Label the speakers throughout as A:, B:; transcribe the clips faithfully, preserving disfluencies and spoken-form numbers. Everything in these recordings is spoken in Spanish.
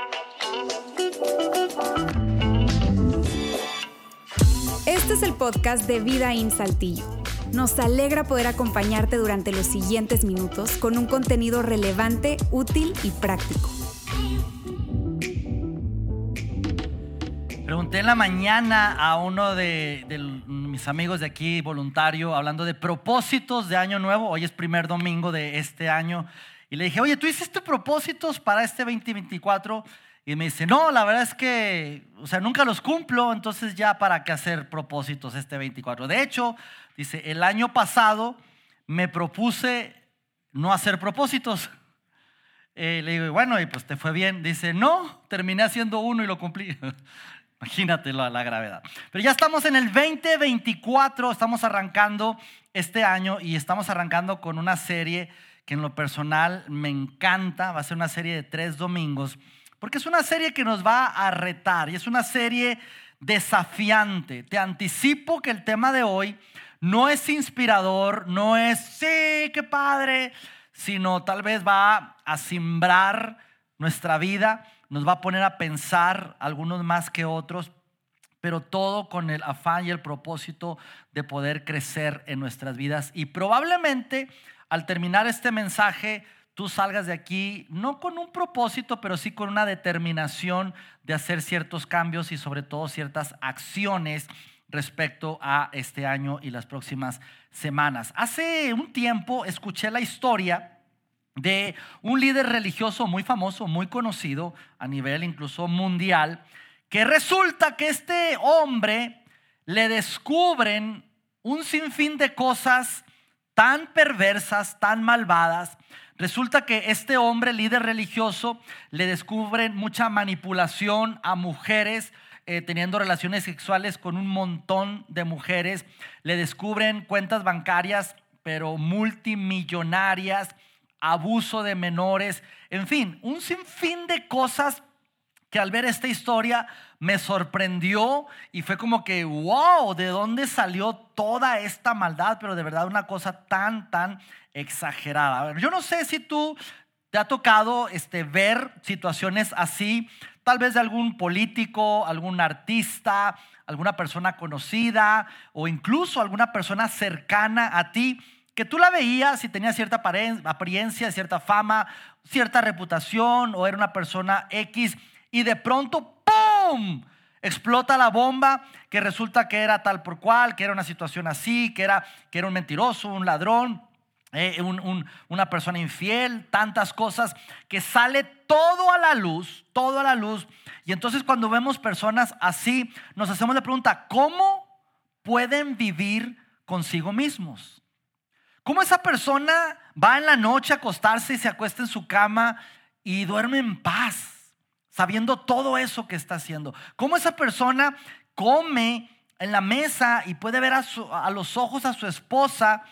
A: Este es el podcast de Vida en Saltillo. Nos alegra poder acompañarte durante los siguientes minutos con un contenido relevante, útil y práctico.
B: Pregunté en la mañana a uno de, de mis amigos de aquí, voluntario, hablando de propósitos de año nuevo. Hoy es primer domingo de este año. Y le dije, oye, ¿tú hiciste propósitos para este veinte veinticuatro? Y me dice, no, la verdad es que, o sea, nunca los cumplo, entonces ya para qué hacer propósitos este veinticuatro. De hecho, dice, el año pasado me propuse no hacer propósitos. Eh, le digo, bueno, y pues te fue bien. Dice, no, terminé haciendo uno y lo cumplí. Imagínate la, la gravedad. Pero ya estamos en el veinte veinticuatro, estamos arrancando este año y estamos arrancando con una serie que en lo personal me encanta. Va a ser una serie de tres domingos. Porque es una serie que nos va a retar y es una serie desafiante. Te anticipo que el tema de hoy no es inspirador, no es, sí, qué padre, sino tal vez va a simbrar nuestra vida, nos va a poner a pensar, algunos más que otros, pero todo con el afán y el propósito de poder crecer en nuestras vidas. Y probablemente al terminar este mensaje, tú salgas de aquí no con un propósito, pero sí con una determinación de hacer ciertos cambios y sobre todo ciertas acciones respecto a este año y las próximas semanas. Hace un tiempo escuché la historia de un líder religioso muy famoso, muy conocido a nivel incluso mundial, que resulta que este hombre le descubren un sinfín de cosas tan perversas, tan malvadas. Resulta que este hombre, líder religioso, le descubren mucha manipulación a mujeres, eh, teniendo relaciones sexuales con un montón de mujeres. Le descubren cuentas bancarias, pero multimillonarias, abuso de menores, en fin, un sinfín de cosas que al ver esta historia me sorprendió y fue como que, wow, ¿de dónde salió toda esta maldad? Pero de verdad una cosa tan, tan exagerada. A ver, yo no sé si tú te ha tocado este, ver situaciones así, tal vez de algún político, algún artista, alguna persona conocida o incluso alguna persona cercana a ti, que tú la veías y tenía cierta apariencia, cierta fama, cierta reputación o era una persona X y de pronto ¡pum! Explota la bomba que resulta que era tal por cual, que era una situación así, que era, que era un mentiroso, un ladrón, eh, un, un, una persona infiel, tantas cosas que sale todo a la luz, todo a la luz. Y entonces cuando vemos personas así, nos hacemos la pregunta, ¿cómo pueden vivir consigo mismos? ¿Cómo esa persona va en la noche a acostarse y se acuesta en su cama y duerme en paz, sabiendo todo eso que está haciendo? ¿Cómo esa persona come en la mesa y puede ver a, su, a los ojos a su esposa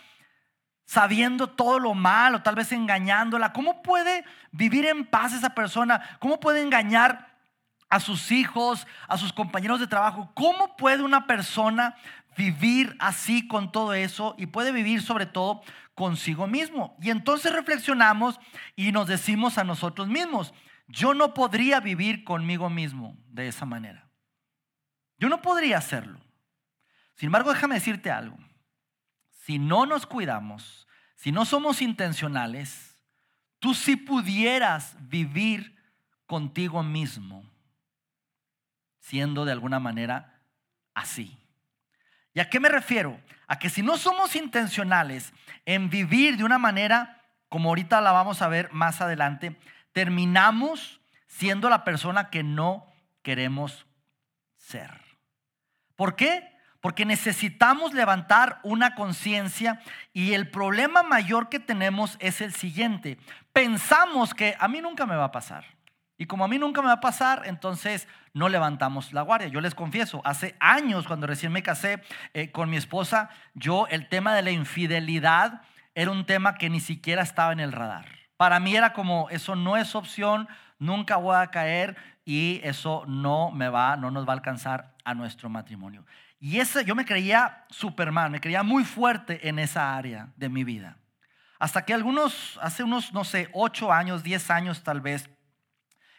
B: sabiendo todo lo malo, tal vez engañándola? ¿Cómo puede vivir en paz esa persona? ¿Cómo puede engañar a sus hijos, a sus compañeros de trabajo? ¿Cómo puede una persona vivir así con todo eso y puede vivir sobre todo consigo mismo? Y entonces reflexionamos y nos decimos a nosotros mismos, yo no podría vivir conmigo mismo de esa manera. Yo no podría hacerlo. Sin embargo, déjame decirte algo. Si no nos cuidamos, si no somos intencionales, tú sí pudieras vivir contigo mismo siendo de alguna manera así. ¿Y a qué me refiero? A que si no somos intencionales en vivir de una manera, como ahorita la vamos a ver más adelante, terminamos siendo la persona que no queremos ser. ¿Por qué? Porque necesitamos levantar una conciencia y el problema mayor que tenemos es el siguiente. Pensamos que a mí nunca me va a pasar. Y como a mí nunca me va a pasar, entonces no levantamos la guardia. Yo les confieso, hace años cuando recién me casé eh, con mi esposa, yo el tema de la infidelidad era un tema que ni siquiera estaba en el radar. Para mí era como, eso no es opción, nunca voy a caer y eso no me va, no nos va a alcanzar a nuestro matrimonio. Y ese, yo me creía Superman, me creía muy fuerte en esa área de mi vida. Hasta que algunos, hace unos, no sé, ocho años, diez años tal vez,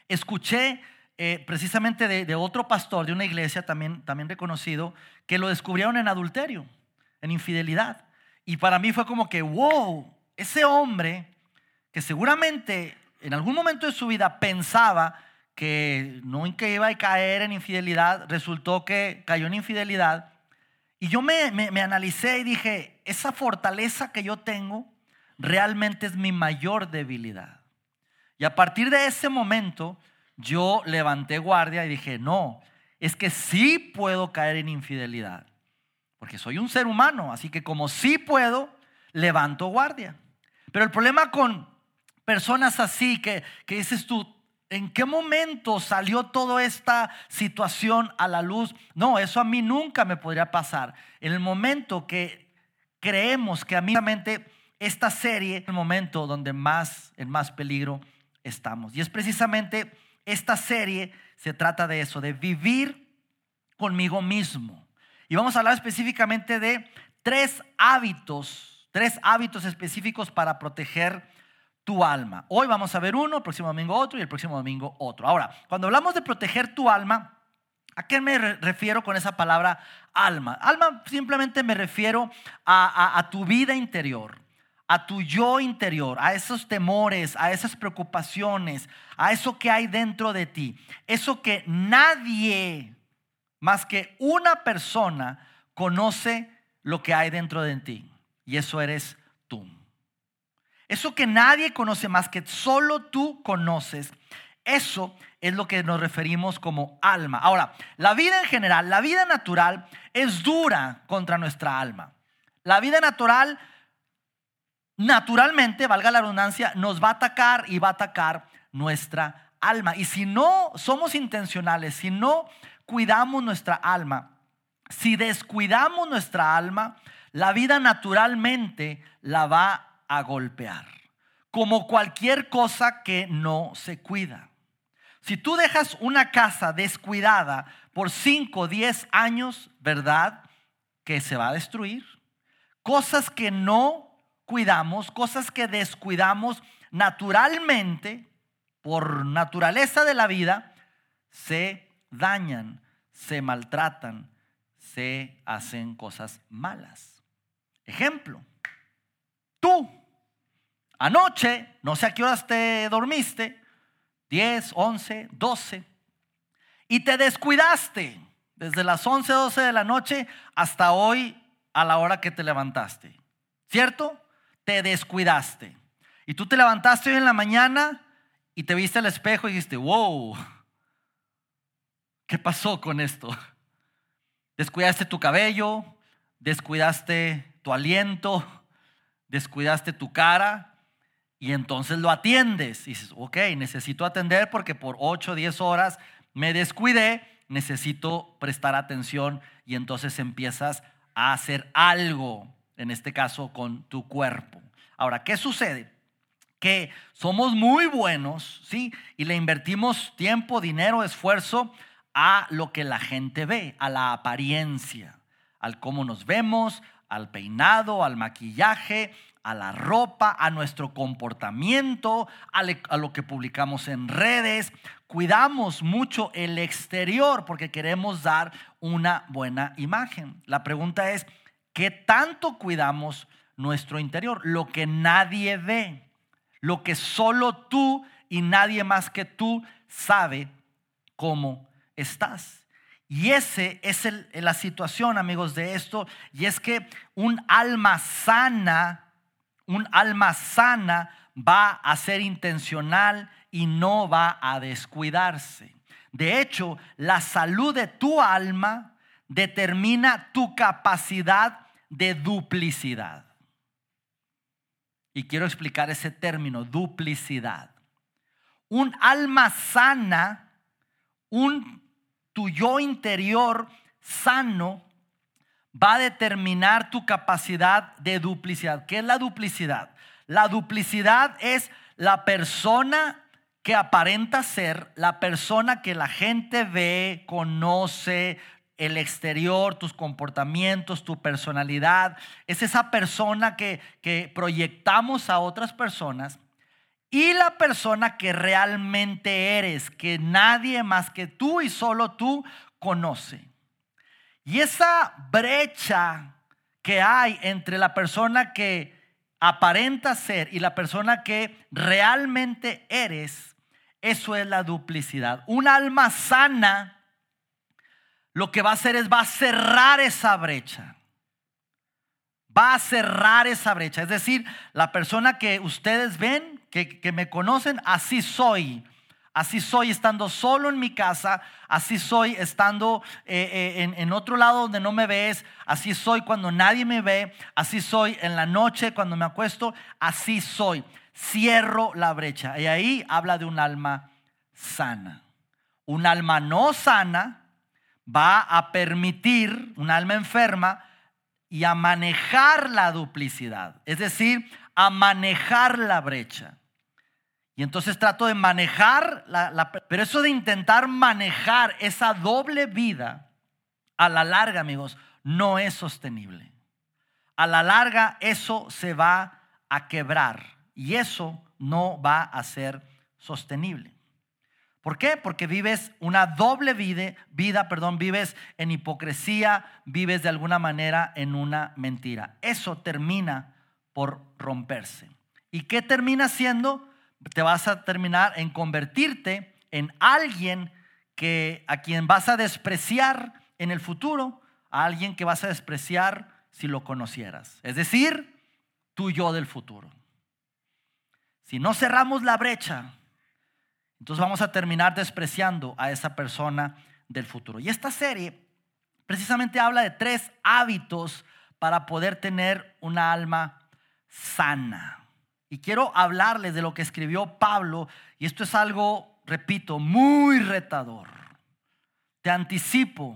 B: escuché eh, precisamente de, de otro pastor de una iglesia también, también reconocido, que lo descubrieron en adulterio, en infidelidad. Y para mí fue como que, wow, ese hombre que seguramente en algún momento de su vida pensaba que nunca iba a caer en infidelidad, resultó que cayó en infidelidad. Y yo me, me, me analicé y dije, esa fortaleza que yo tengo realmente es mi mayor debilidad. Y a partir de ese momento yo levanté guardia y dije, no, es que sí puedo caer en infidelidad, porque soy un ser humano, así que como sí puedo, levanto guardia. Pero el problema con personas así que, que dices tú, ¿en qué momento salió toda esta situación a la luz? No, eso a mí nunca me podría pasar. En el momento que creemos que amigamente esta serie es el momento donde más, en más peligro estamos. Y es precisamente esta serie, se trata de eso, de vivir conmigo mismo. Y vamos a hablar específicamente de tres hábitos, tres hábitos específicos para proteger tu alma. Hoy vamos a ver uno, el próximo domingo otro y el próximo domingo otro. Ahora, cuando hablamos de proteger tu alma, ¿a qué me refiero con esa palabra alma? Alma simplemente me refiero a, a, a tu vida interior, a tu yo interior, a esos temores, a esas preocupaciones, a eso que hay dentro de ti. Eso que nadie más que una persona conoce lo que hay dentro de ti. Y eso eres tú. Eso que nadie conoce más que solo tú conoces. Eso es lo que nos referimos como alma. Ahora, la vida en general, la vida natural es dura contra nuestra alma. La vida natural, naturalmente, valga la redundancia, nos va a atacar y va a atacar nuestra alma. Y si no somos intencionales, si no cuidamos nuestra alma, si descuidamos nuestra alma, la vida naturalmente la va a golpear, como cualquier cosa que no se cuida. Si tú dejas una casa descuidada por cinco o diez años, ¿verdad? Que se va a destruir. Cosas que no cuidamos, cosas que descuidamos naturalmente, por naturaleza de la vida, se dañan, se maltratan, se hacen cosas malas. Ejemplo, tú anoche, no sé a qué horas te dormiste, diez, once, doce, y te descuidaste desde las once, doce de la noche hasta hoy a la hora que te levantaste, ¿cierto? Te descuidaste. Y tú te levantaste hoy en la mañana y te viste al espejo y dijiste, wow, ¿qué pasó con esto? Descuidaste tu cabello, descuidaste tu aliento, descuidaste tu cara. Y entonces lo atiendes y dices, ok, necesito atender porque por ocho o diez horas me descuidé, necesito prestar atención y entonces empiezas a hacer algo, en este caso con tu cuerpo. Ahora, ¿qué sucede? Que somos muy buenos, ¿sí? Y le invertimos tiempo, dinero, esfuerzo a lo que la gente ve, a la apariencia, al cómo nos vemos, al peinado, al maquillaje, a la ropa, a nuestro comportamiento, a, le, a lo que publicamos en redes. Cuidamos mucho el exterior porque queremos dar una buena imagen. La pregunta es, ¿qué tanto cuidamos nuestro interior? Lo que nadie ve, lo que solo tú y nadie más que tú sabe cómo estás. Y ese es el, la situación, amigos, de esto. Y es que un alma sana, un alma sana va a ser intencional y no va a descuidarse. De hecho, la salud de tu alma determina tu capacidad de duplicidad. Y quiero explicar ese término, duplicidad. Un alma sana, un tu yo interior sano va a determinar tu capacidad de duplicidad. ¿Qué es la duplicidad? La duplicidad es la persona que aparenta ser, la persona que la gente ve, conoce, el exterior, tus comportamientos, tu personalidad. Es esa persona que, que proyectamos a otras personas y la persona que realmente eres, que nadie más que tú y solo tú conoce. Y esa brecha que hay entre la persona que aparenta ser y la persona que realmente eres, eso es la duplicidad. Un alma sana lo que va a hacer es va a cerrar esa brecha. Va a cerrar esa brecha. Es decir, la persona que ustedes ven, que, que me conocen, así soy. Así soy estando solo en mi casa. Así soy estando eh, eh, en, en otro lado donde no me ves. Así soy cuando nadie me ve. Así soy en la noche cuando me acuesto. Así soy. Cierro la brecha. Y ahí habla de un alma sana. Un alma no sana va a permitir, un alma enferma, y a manejar la duplicidad, es decir, a manejar la brecha. Y entonces trato de manejar, la, la, pero eso de intentar manejar esa doble vida, a la larga, amigos, no es sostenible. A la larga eso se va a quebrar y eso no va a ser sostenible. ¿Por qué? Porque vives una doble vida, vida, perdón, vives en hipocresía, vives de alguna manera en una mentira. Eso termina por romperse. ¿Y qué termina siendo? Te vas a terminar en convertirte en alguien que, a quien vas a despreciar en el futuro, a alguien que vas a despreciar si lo conocieras. Es decir, tu yo del futuro. Si no cerramos la brecha, entonces vamos a terminar despreciando a esa persona del futuro. Y esta serie precisamente habla de tres hábitos para poder tener una alma sana. Y quiero hablarles de lo que escribió Pablo. Y esto es algo, repito, muy retador. Te anticipo,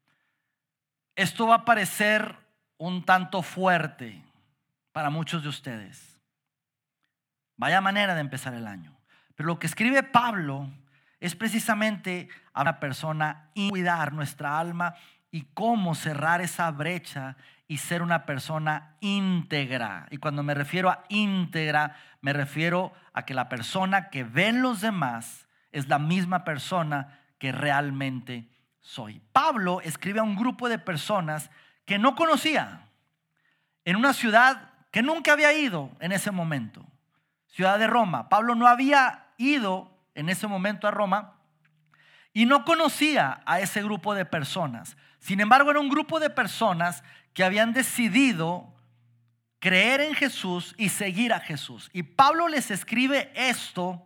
B: esto va a parecer un tanto fuerte para muchos de ustedes. Vaya manera de empezar el año. Pero lo que escribe Pablo es precisamente a una persona y cuidar nuestra alma y cómo cerrar esa brecha y ser una persona íntegra. Y cuando me refiero a íntegra, me refiero a que la persona que ven los demás es la misma persona que realmente soy. Pablo escribe a un grupo de personas que no conocía en una ciudad que nunca había ido en ese momento. Ciudad de Roma. Pablo no había ido en ese momento a Roma y no conocía a ese grupo de personas. Sin embargo, era un grupo de personas que habían decidido creer en Jesús y seguir a Jesús. Y Pablo les escribe esto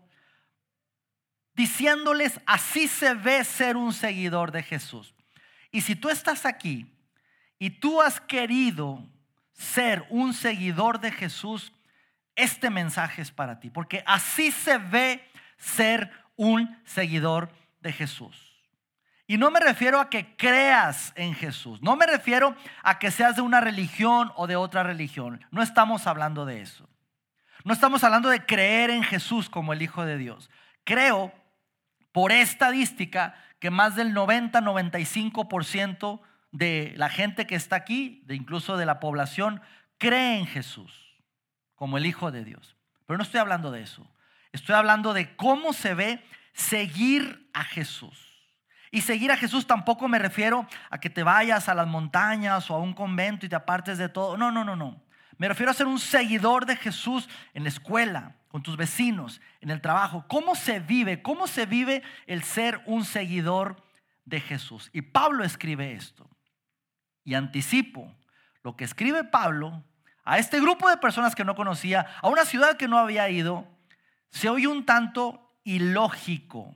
B: diciéndoles: así se ve ser un seguidor de Jesús. Y si tú estás aquí y tú has querido ser un seguidor de Jesús, este mensaje es para ti, porque así se ve ser un seguidor de Jesús. Y no me refiero a que creas en Jesús, no me refiero a que seas de una religión o de otra religión. No estamos hablando de eso. No estamos hablando de creer en Jesús como el Hijo de Dios. Creo, por estadística, que más del noventa a noventa y cinco por ciento de la gente que está aquí, de incluso de la población, cree en Jesús como el Hijo de Dios. Pero no estoy hablando de eso. Estoy hablando de cómo se ve seguir a Jesús. Y seguir a Jesús tampoco me refiero a que te vayas a las montañas o a un convento y te apartes de todo. No, no, no, no. Me refiero a ser un seguidor de Jesús en la escuela, con tus vecinos, en el trabajo. ¿Cómo se vive? ¿Cómo se vive el ser un seguidor de Jesús? Y Pablo escribe esto. Y anticipo lo que escribe Pablo a este grupo de personas que no conocía, a una ciudad que no había ido. Se oye un tanto ilógico,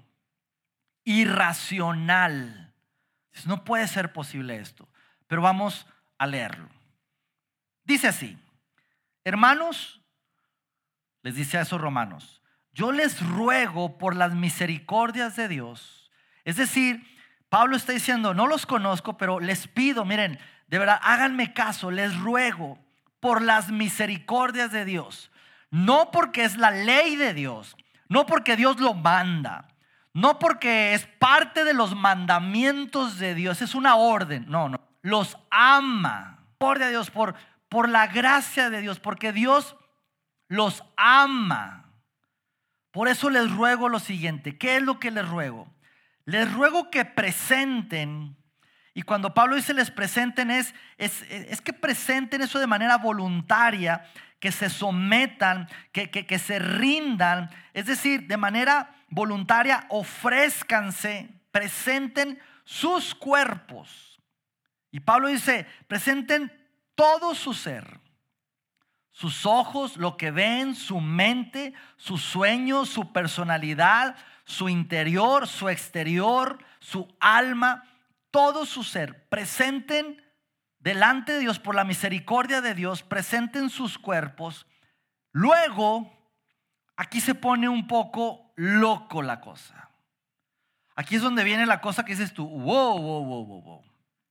B: irracional. No puede ser posible esto, pero vamos a leerlo. Dice así: hermanos, les dice a esos romanos, yo les ruego por las misericordias de Dios. Es decir, Pablo está diciendo, no los conozco, pero les pido, miren, de verdad, háganme caso, les ruego por las misericordias de Dios. No porque es la ley de Dios, no porque Dios lo manda, no porque es parte de los mandamientos de Dios, es una orden. No, no, los ama. Por Dios, por, por la gracia de Dios, porque Dios los ama. Por eso les ruego lo siguiente. ¿Qué es lo que les ruego? Les ruego que presenten, y cuando Pablo dice les presenten es, es, es que presenten eso de manera voluntaria, que se sometan, que, que, que se rindan, es decir, de manera voluntaria ofrézcanse, presenten sus cuerpos. Y Pablo dice, presenten todo su ser, sus ojos, lo que ven, su mente, sus sueños, su personalidad, su interior, su exterior, su alma, todo su ser. Presenten delante de Dios, por la misericordia de Dios, presenten sus cuerpos. Luego, aquí se pone un poco loco la cosa. Aquí es donde viene la cosa que dices tú, wow, wow, wow, wow, wow.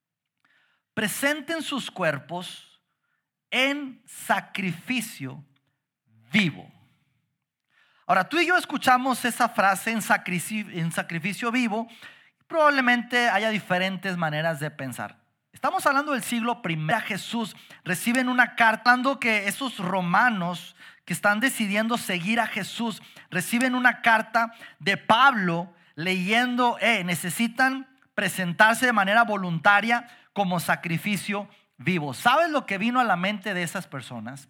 B: Presenten sus cuerpos en sacrificio vivo. Ahora, tú y yo escuchamos esa frase en sacrificio, en sacrificio vivo. Probablemente haya diferentes maneras de pensar. Estamos hablando del siglo primero. Jesús reciben una carta dando que esos romanos que están decidiendo seguir a Jesús reciben una carta de Pablo leyendo, eh, necesitan presentarse de manera voluntaria como sacrificio vivo. ¿Sabes lo que vino a la mente de esas personas?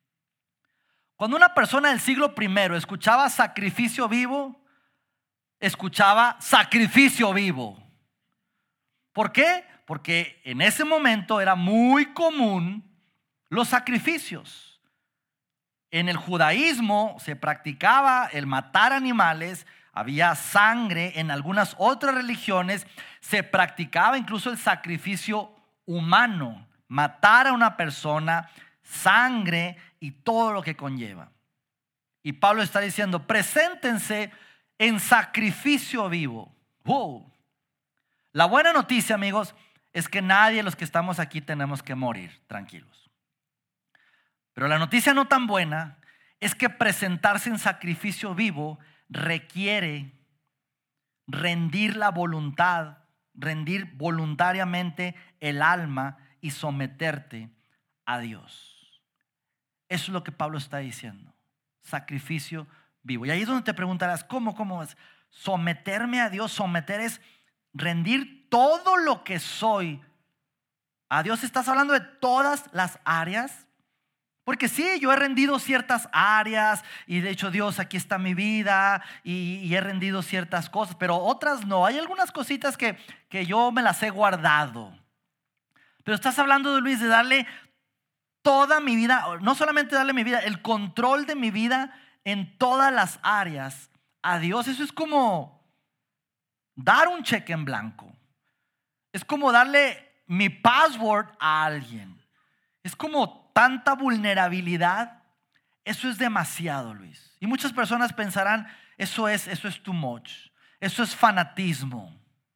B: Cuando una persona del siglo primero escuchaba sacrificio vivo, escuchaba sacrificio vivo. ¿Por qué? Porque en ese momento era muy común los sacrificios. En el judaísmo se practicaba el matar animales, había sangre. En algunas otras religiones se practicaba incluso el sacrificio humano, matar a una persona, sangre y todo lo que conlleva. Y Pablo está diciendo, preséntense en sacrificio vivo. Wow. La buena noticia, amigos, es que nadie de los que estamos aquí tenemos que morir, tranquilos. Pero la noticia no tan buena es que presentarse en sacrificio vivo requiere rendir la voluntad, rendir voluntariamente el alma y someterte a Dios. Eso es lo que Pablo está diciendo. Sacrificio vivo. Y ahí es donde te preguntarás, ¿cómo, cómo es? Someterme a Dios, someter es rendir todo lo que soy a Dios. ¿Estás hablando de todas las áreas? Porque sí, yo he rendido ciertas áreas y de hecho Dios, aquí está mi vida y, y he rendido ciertas cosas, pero otras no. Hay algunas cositas que, que yo me las he guardado. Pero estás hablando de Luis, de darle toda mi vida, no solamente darle mi vida, el control de mi vida en todas las áreas a Dios. Eso es como dar un cheque en blanco. Es como darle mi password a alguien. Es como tanta vulnerabilidad. Eso es demasiado, Luis. Y muchas personas pensarán, eso es, eso es too much. Eso es fanatismo.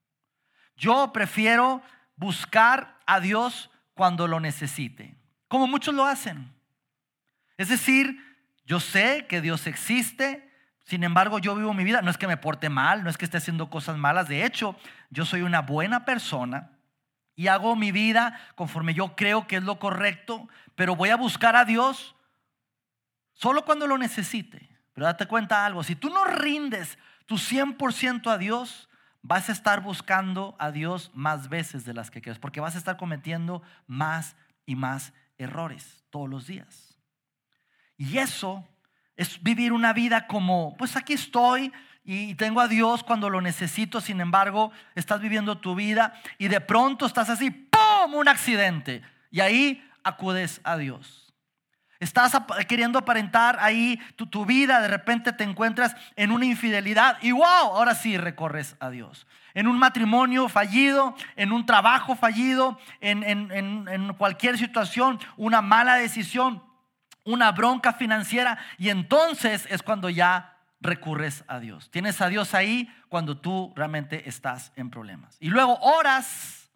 B: Yo prefiero buscar a Dios cuando lo necesite, como muchos lo hacen. Es decir, yo sé que Dios existe. Sin embargo, yo vivo mi vida, no es que me porte mal, no es que esté haciendo cosas malas. De hecho, yo soy una buena persona y hago mi vida conforme yo creo que es lo correcto, pero voy a buscar a Dios solo cuando lo necesite. Pero date cuenta algo, si tú no rindes tu cien por ciento a Dios, vas a estar buscando a Dios más veces de las que quieres, porque vas a estar cometiendo más y más errores todos los días. Y eso es vivir una vida como, pues aquí estoy y tengo a Dios cuando lo necesito. Sin embargo, estás viviendo tu vida y de pronto estás así, ¡pum!, un accidente. Y ahí acudes a Dios. Estás queriendo aparentar ahí tu, tu vida, de repente te encuentras en una infidelidad y wow, ahora sí recorres a Dios. En un matrimonio fallido, en un trabajo fallido, en, en, en, en cualquier situación, una mala decisión, una bronca financiera, y entonces es cuando ya recurres a Dios. Tienes a Dios ahí cuando tú realmente estás en problemas. Y luego oras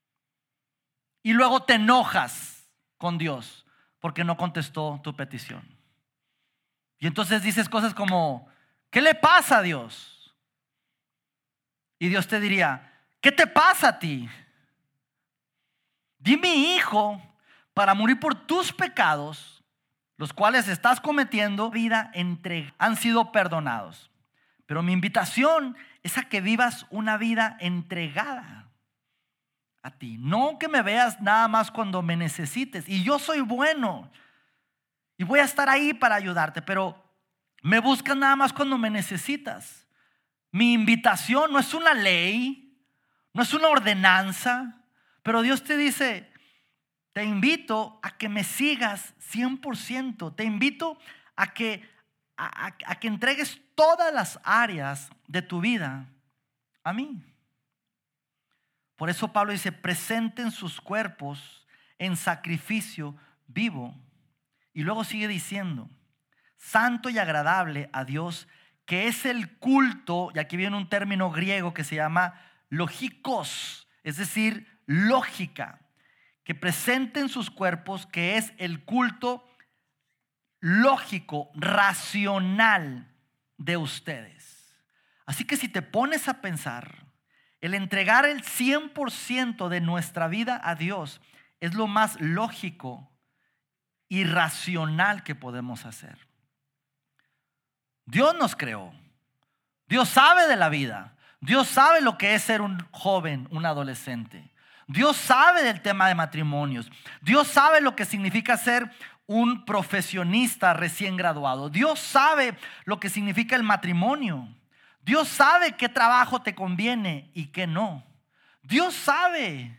B: y luego te enojas con Dios porque no contestó tu petición. Y entonces dices cosas como, ¿qué le pasa a Dios? Y Dios te diría, ¿qué te pasa a ti? Di mi hijo para morir por tus pecados los cuales estás cometiendo vida entre han sido perdonados. Pero mi invitación es a que vivas una vida entregada a ti. No que me veas nada más cuando me necesites. Y yo soy bueno y voy a estar ahí para ayudarte, pero me buscas nada más cuando me necesitas. Mi invitación no es una ley, no es una ordenanza, pero Dios te dice, te invito a que me sigas cien por ciento. Te invito a que, a, a, a que entregues todas las áreas de tu vida a mí. Por eso Pablo dice, presenten sus cuerpos en sacrificio vivo. Y luego sigue diciendo, santo y agradable a Dios, que es el culto, y aquí viene un término griego que se llama logikos, es decir, lógica. Que presenten sus cuerpos, que es el culto lógico, racional de ustedes. Así que si te pones a pensar, el entregar el cien por ciento de nuestra vida a Dios es lo más lógico y racional que podemos hacer. Dios nos creó. Dios sabe de la vida. Dios sabe lo que es ser un joven, un adolescente. Dios sabe del tema de matrimonios. Dios sabe lo que significa ser un profesionista recién graduado. Dios sabe lo que significa el matrimonio. Dios sabe qué trabajo te conviene y qué no. Dios sabe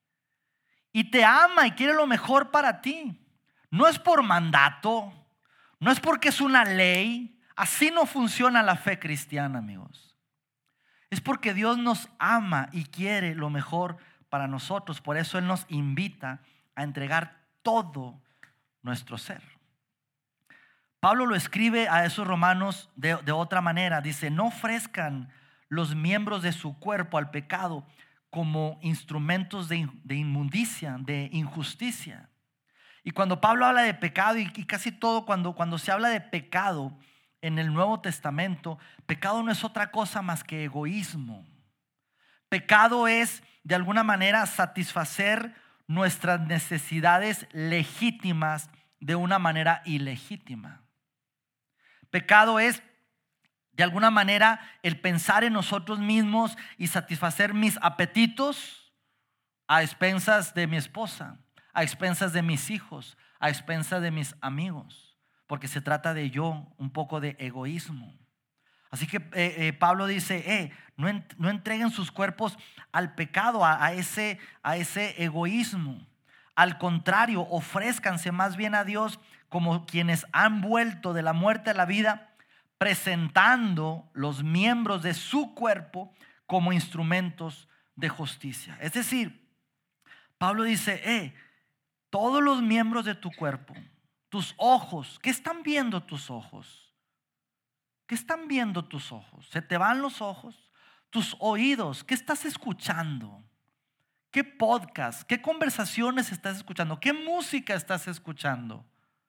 B: y te ama y quiere lo mejor para ti. No es por mandato, no es porque es una ley. Así no funciona la fe cristiana, amigos. Es porque Dios nos ama y quiere lo mejor para nosotros. Por eso Él nos invita a entregar todo nuestro ser. Pablo lo escribe a esos romanos de, de otra manera. Dice, no ofrezcan los miembros de su cuerpo al pecado como instrumentos de, de inmundicia, de injusticia. Y cuando Pablo habla de pecado, y, y casi todo cuando, cuando se habla de pecado en el Nuevo Testamento, pecado no es otra cosa más que egoísmo. Pecado es de alguna manera satisfacer nuestras necesidades legítimas de una manera ilegítima. Pecado es de alguna manera el pensar en nosotros mismos y satisfacer mis apetitos a expensas de mi esposa, a expensas de mis hijos, a expensas de mis amigos, porque se trata de yo, un poco de egoísmo. Así que eh, eh, Pablo dice, eh, no, en, no entreguen sus cuerpos al pecado, a, a, ese, a ese egoísmo. Al contrario, ofrézcanse más bien a Dios como quienes han vuelto de la muerte a la vida, presentando los miembros de su cuerpo como instrumentos de justicia. Es decir, Pablo dice, eh, todos los miembros de tu cuerpo, tus ojos, ¿qué están viendo tus ojos? ¿Qué están viendo tus ojos? ¿Se te van los ojos? Tus oídos, ¿qué estás escuchando? ¿Qué podcast? ¿Qué conversaciones estás escuchando? ¿Qué música estás escuchando?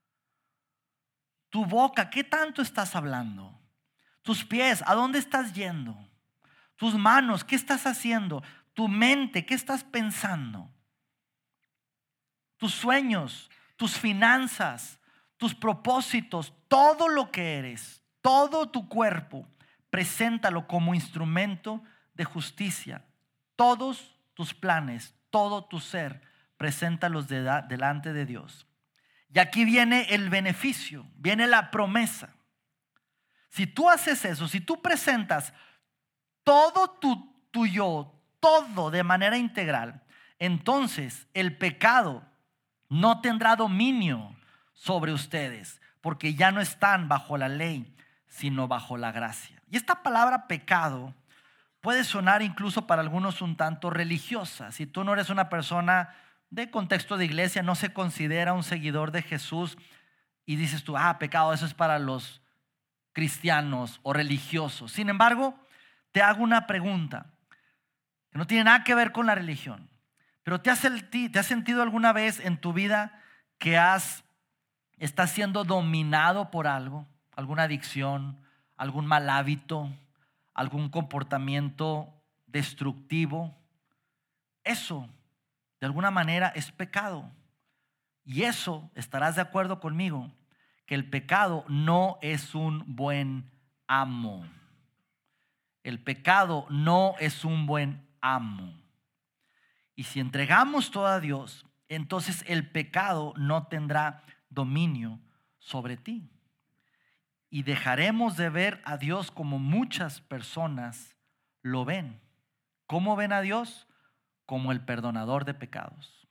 B: Tu boca, ¿qué tanto estás hablando? Tus pies, ¿a dónde estás yendo? Tus manos, ¿qué estás haciendo? Tu mente, ¿qué estás pensando? Tus sueños, tus finanzas, tus propósitos, todo lo que eres, todo tu cuerpo, preséntalo como instrumento de justicia. Todos tus planes, todo tu ser, preséntalos de da, delante de Dios. Y aquí viene el beneficio, viene la promesa. Si tú haces eso, si tú presentas todo tu, tu yo, todo de manera integral, entonces el pecado no tendrá dominio sobre ustedes, porque ya no están bajo la ley, sino bajo la gracia. Y esta palabra pecado puede sonar incluso para algunos un tanto religiosa. Si tú no eres una persona de contexto de iglesia, no se considera un seguidor de Jesús y dices tú, ah, pecado, eso es para los cristianos o religiosos. Sin embargo, te hago una pregunta que no tiene nada que ver con la religión, pero ¿te has, te has sentido alguna vez en tu vida que has, estás siendo dominado por algo, alguna adicción, algún mal hábito, algún comportamiento destructivo? Eso de alguna manera es pecado. Y eso, estarás de acuerdo conmigo, que el pecado no es un buen amo. El pecado no es un buen amo. Y si entregamos todo a Dios, entonces el pecado no tendrá dominio sobre ti. Y dejaremos de ver a Dios como muchas personas lo ven. ¿Cómo ven a Dios? Como el perdonador de pecados.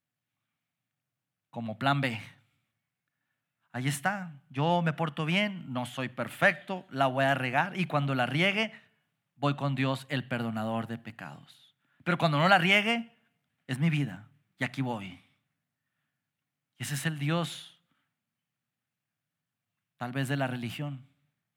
B: Como plan B. Ahí está. Yo me porto bien, no soy perfecto, la voy a regar. Y cuando la riegue, voy con Dios, el perdonador de pecados. Pero cuando no la riegue, es mi vida. Y aquí voy. Y ese es el Dios, tal vez de la religión.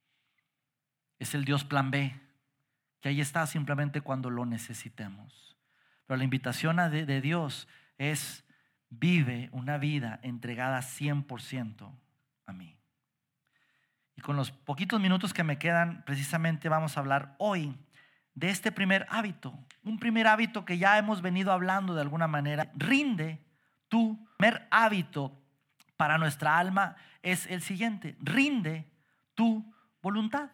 B: Es el Dios plan B, que ahí está simplemente cuando lo necesitemos. Pero la invitación de, de Dios es: vive una vida entregada cien por ciento a mí. Y con los poquitos minutos que me quedan, precisamente vamos a hablar hoy de este primer hábito. Un primer hábito que ya hemos venido hablando de alguna manera. Rinde. Tu primer hábito para nuestra alma es el siguiente: rinde tu voluntad.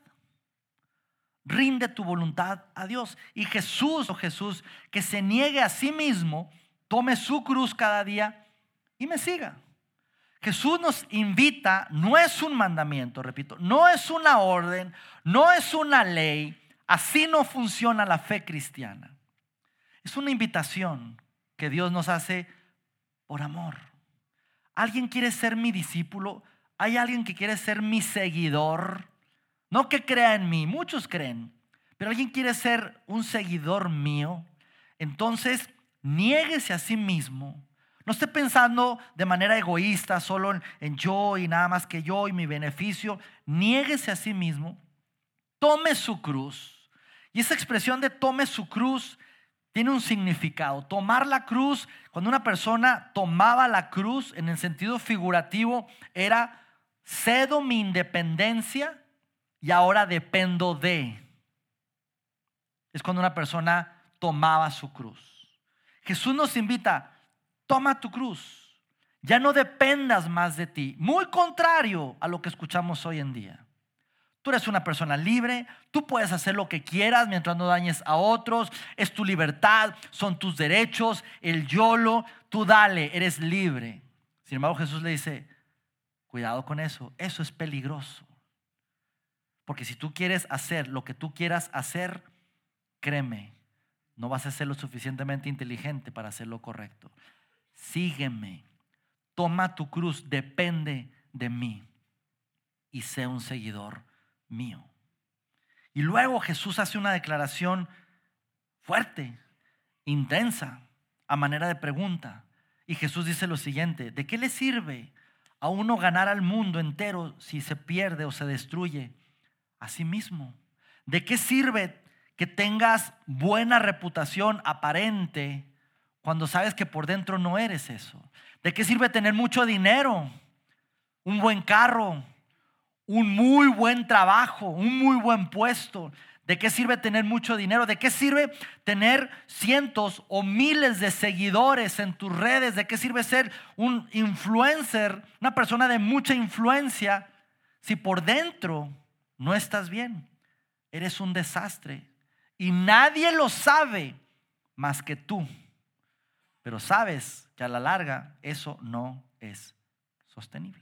B: Rinde tu voluntad a Dios. Y Jesús, o Jesús, que se niegue a sí mismo, tome su cruz cada día y me siga. Jesús nos invita, no es un mandamiento, repito, no es una orden, no es una ley. Así no funciona la fe cristiana. Es una invitación que Dios nos hace por amor. ¿Alguien quiere ser mi discípulo? ¿Hay alguien que quiere ser mi seguidor? No que crea en mí, muchos creen, pero alguien quiere ser un seguidor mío. Entonces, niéguese a sí mismo. No esté pensando de manera egoísta, solo en, en yo y nada más que yo y mi beneficio. Niéguese a sí mismo. Tome su cruz. Y esa expresión de tome su cruz tiene un significado. Tomar la cruz, cuando una persona tomaba la cruz en el sentido figurativo, era: cedo mi independencia y ahora dependo de. Es cuando una persona tomaba su cruz. Jesús nos invita: toma tu cruz. Ya no dependas más de ti. Muy contrario a lo que escuchamos hoy en día. Tú eres una persona libre, tú puedes hacer lo que quieras mientras no dañes a otros, es tu libertad, son tus derechos, el YOLO, tú dale, eres libre. Sin embargo, Jesús le dice: cuidado con eso, eso es peligroso. Porque si tú quieres hacer lo que tú quieras hacer, créeme, no vas a ser lo suficientemente inteligente para hacer lo correcto. Sígueme, toma tu cruz, depende de mí y sé un seguidor mío. Y luego Jesús hace una declaración fuerte, intensa, a manera de pregunta. Y Jesús dice lo siguiente: ¿de qué le sirve a uno ganar al mundo entero si se pierde o se destruye a sí mismo? ¿De qué sirve que tengas buena reputación aparente cuando sabes que por dentro no eres eso? ¿De qué sirve tener mucho dinero, un buen carro, un muy buen trabajo, un muy buen puesto? ¿De qué sirve tener mucho dinero? ¿De qué sirve tener cientos o miles de seguidores en tus redes? ¿De qué sirve ser un influencer, una persona de mucha influencia, si por dentro no estás bien? Eres un desastre y nadie lo sabe más que tú. Pero sabes que a la larga eso no es sostenible.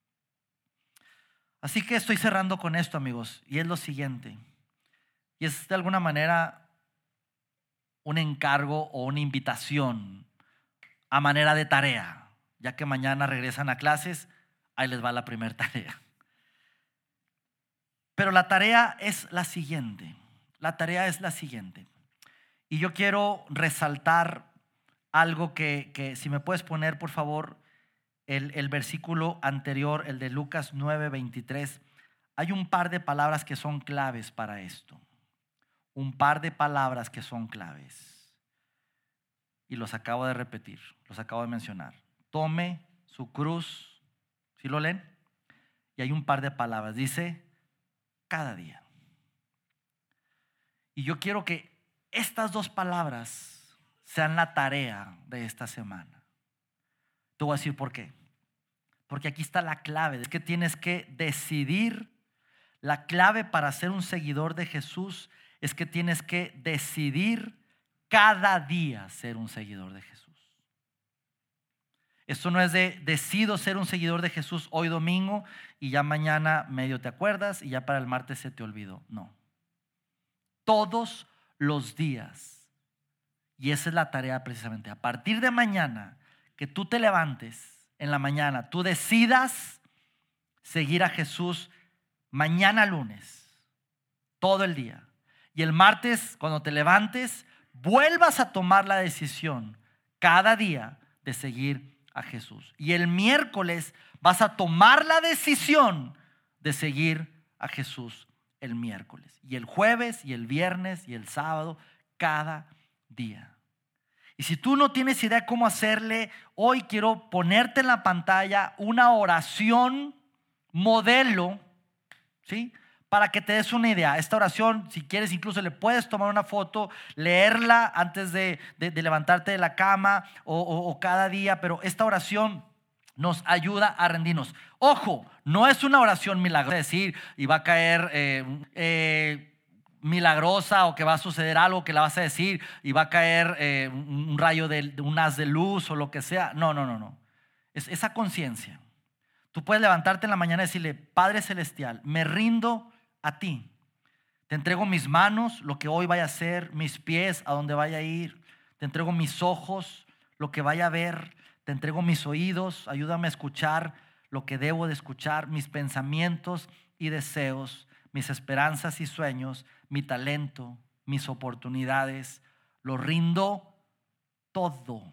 B: Así que estoy cerrando con esto, amigos, y es lo siguiente. Y es de alguna manera un encargo o una invitación a manera de tarea. Ya que mañana regresan a clases, ahí les va la primera tarea. Pero la tarea es la siguiente. La tarea es la siguiente. Y yo quiero resaltar algo que, que si me puedes poner, por favor, el, el versículo anterior, el de Lucas nueve veintitrés. Hay un par de palabras que son claves para esto. Un par de palabras que son claves. Y los acabo de repetir, los acabo de mencionar. Tome su cruz. ¿Sí lo leen? Y hay un par de palabras. Dice: cada día. Y yo quiero que estas dos palabras sean la tarea de esta semana. Te voy a decir por qué. Porque aquí está la clave, es que tienes que decidir. La clave para ser un seguidor de Jesús es que tienes que decidir cada día ser un seguidor de Jesús. Esto no es de decido ser un seguidor de Jesús hoy domingo y ya mañana medio te acuerdas y ya para el martes se te olvidó. No. Todos los días. Y esa es la tarea precisamente. A partir de mañana, que tú te levantes en la mañana, tú decidas seguir a Jesús mañana lunes, todo el día. Y el martes, cuando te levantes, vuelvas a tomar la decisión cada día de seguir a Jesús. Y el miércoles vas a tomar la decisión de seguir a Jesús el miércoles. Y el jueves, y el viernes, y el sábado, cada día. Y si tú no tienes idea de cómo hacerle, hoy quiero ponerte en la pantalla una oración modelo, ¿sí? Para que te des una idea. Esta oración, si quieres, incluso le puedes tomar una foto, leerla antes de, de, de levantarte de la cama o, o, o cada día, pero esta oración nos ayuda a rendirnos. Ojo, no es una oración milagrosa, es decir, y va a caer eh, eh, milagrosa o que va a suceder algo que la vas a decir y va a caer eh, un, un rayo de, de un haz de luz o lo que sea. No, no, no, no. Es esa conciencia. Tú puedes levantarte en la mañana y decirle: Padre Celestial, me rindo a ti. Te entrego mis manos, lo que hoy vaya a hacer, mis pies, a donde vaya a ir. Te entrego mis ojos, lo que vaya a ver. Te entrego mis oídos, ayúdame a escuchar lo que debo de escuchar, mis pensamientos y deseos, mis esperanzas y sueños, mi talento, mis oportunidades. Lo rindo todo.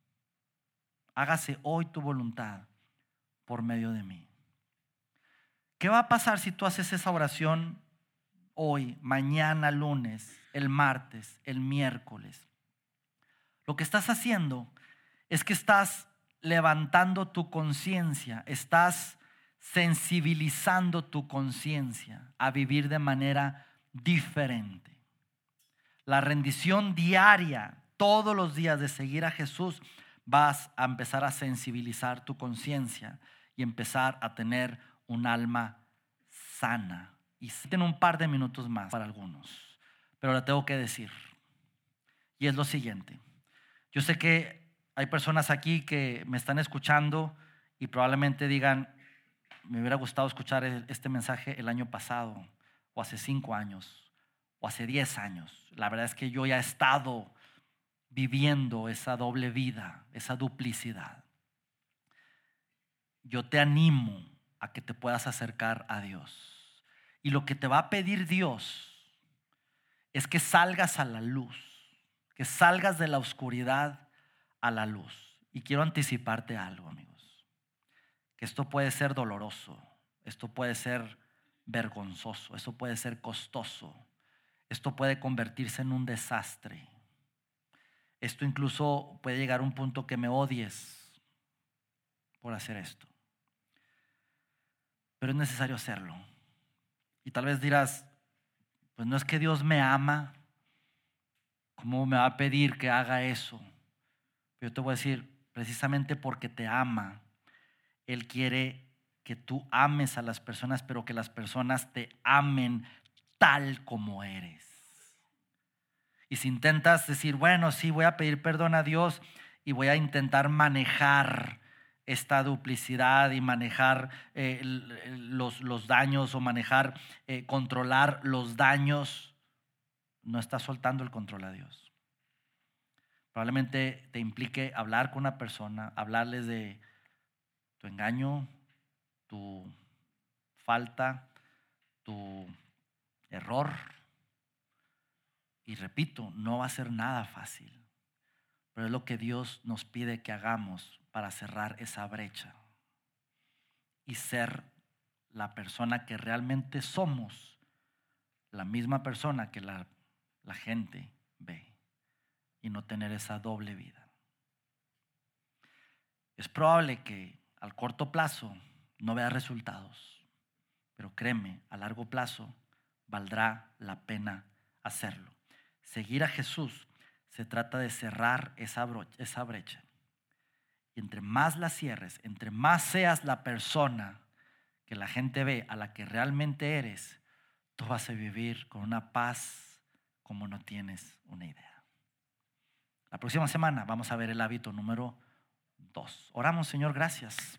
B: Hágase hoy tu voluntad por medio de mí. ¿Qué va a pasar si tú haces esa oración hoy, mañana, lunes, el martes, el miércoles? Lo que estás haciendo es que estás levantando tu conciencia, estás sensibilizando tu conciencia a vivir de manera diferente. La rendición diaria, todos los días de seguir a Jesús, vas a empezar a sensibilizar tu conciencia y empezar a tener un alma sana. Y tengo un par de minutos más para algunos, pero la tengo que decir. Y es lo siguiente. Yo sé que hay personas aquí que me están escuchando y probablemente digan: me hubiera gustado escuchar este mensaje el año pasado, o hace cinco años, o hace diez años. La verdad es que yo ya he estado viviendo esa doble vida, esa duplicidad. Yo te animo a que te puedas acercar a Dios. Y lo que te va a pedir Dios es que salgas a la luz, que salgas de la oscuridad a la luz. Y quiero anticiparte algo, amigos, que esto puede ser doloroso, esto puede ser vergonzoso, esto puede ser costoso, esto puede convertirse en un desastre. Esto incluso puede llegar a un punto que me odies por hacer esto. Pero es necesario hacerlo. Y tal vez dirás: pues no es que Dios me ama, ¿cómo me va a pedir que haga eso? Pero yo te voy a decir, precisamente porque te ama, Él quiere que tú ames a las personas, pero que las personas te amen tal como eres. Y si intentas decir: bueno, sí, voy a pedir perdón a Dios y voy a intentar manejar esta duplicidad y manejar eh, los, los daños o manejar, eh, controlar los daños, no estás soltando el control a Dios. Probablemente te implique hablar con una persona, hablarles de tu engaño, tu falta, tu error. Y repito, no va a ser nada fácil, pero es lo que Dios nos pide que hagamos para cerrar esa brecha y ser la persona que realmente somos, la misma persona que la, la gente ve, y no tener esa doble vida. Es probable que al corto plazo no veas resultados, pero créeme, a largo plazo valdrá la pena hacerlo. Seguir a Jesús se trata de cerrar esa, brocha, esa brecha Y entre más la cierres, entre más seas la persona que la gente ve a la que realmente eres, tú vas a vivir con una paz como no tienes una idea. La próxima semana vamos a ver el hábito número dos. Oramos, Señor, gracias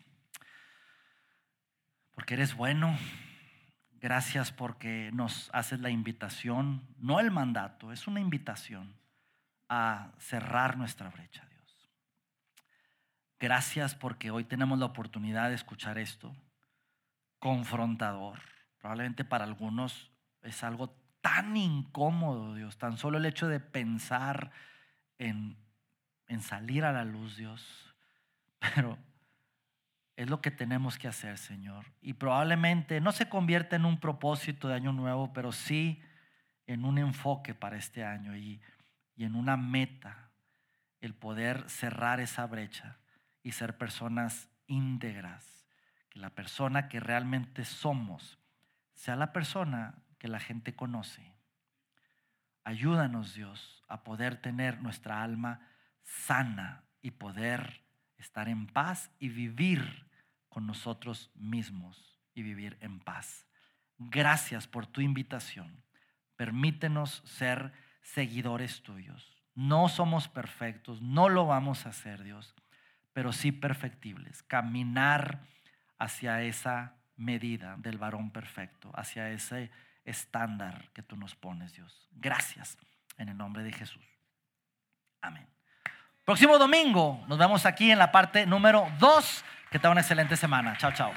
B: porque eres bueno. Gracias porque nos haces la invitación, no el mandato, es una invitación a cerrar nuestra brecha, Dios. Gracias porque hoy tenemos la oportunidad de escuchar esto, confrontador. Probablemente para algunos es algo tan incómodo, Dios, tan solo el hecho de pensar en, en salir a la luz, Dios. Pero es lo que tenemos que hacer, Señor. Y probablemente no se convierta en un propósito de año nuevo, pero sí en un enfoque para este año y, y en una meta, el poder cerrar esa brecha y ser personas íntegras. Que la persona que realmente somos sea la persona que la gente conoce. Ayúdanos, Dios, a poder tener nuestra alma sana y poder estar en paz y vivir con nosotros mismos y vivir en paz. Gracias por tu invitación. Permítenos ser seguidores tuyos. No somos perfectos, no lo vamos a hacer, Dios, pero sí perfectibles. Caminar hacia esa medida del varón perfecto, hacia ese estándar que tú nos pones, Dios. Gracias en el nombre de Jesús. Amén. Próximo domingo nos vemos aquí en la parte número dos. Que tenga una excelente semana. Chao, chao.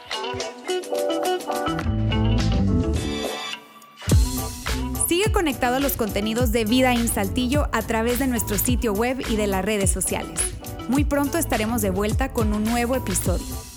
A: Sigue conectado a los contenidos de Vida en Saltillo a través de nuestro sitio web y de las redes sociales. Muy pronto estaremos de vuelta con un nuevo episodio.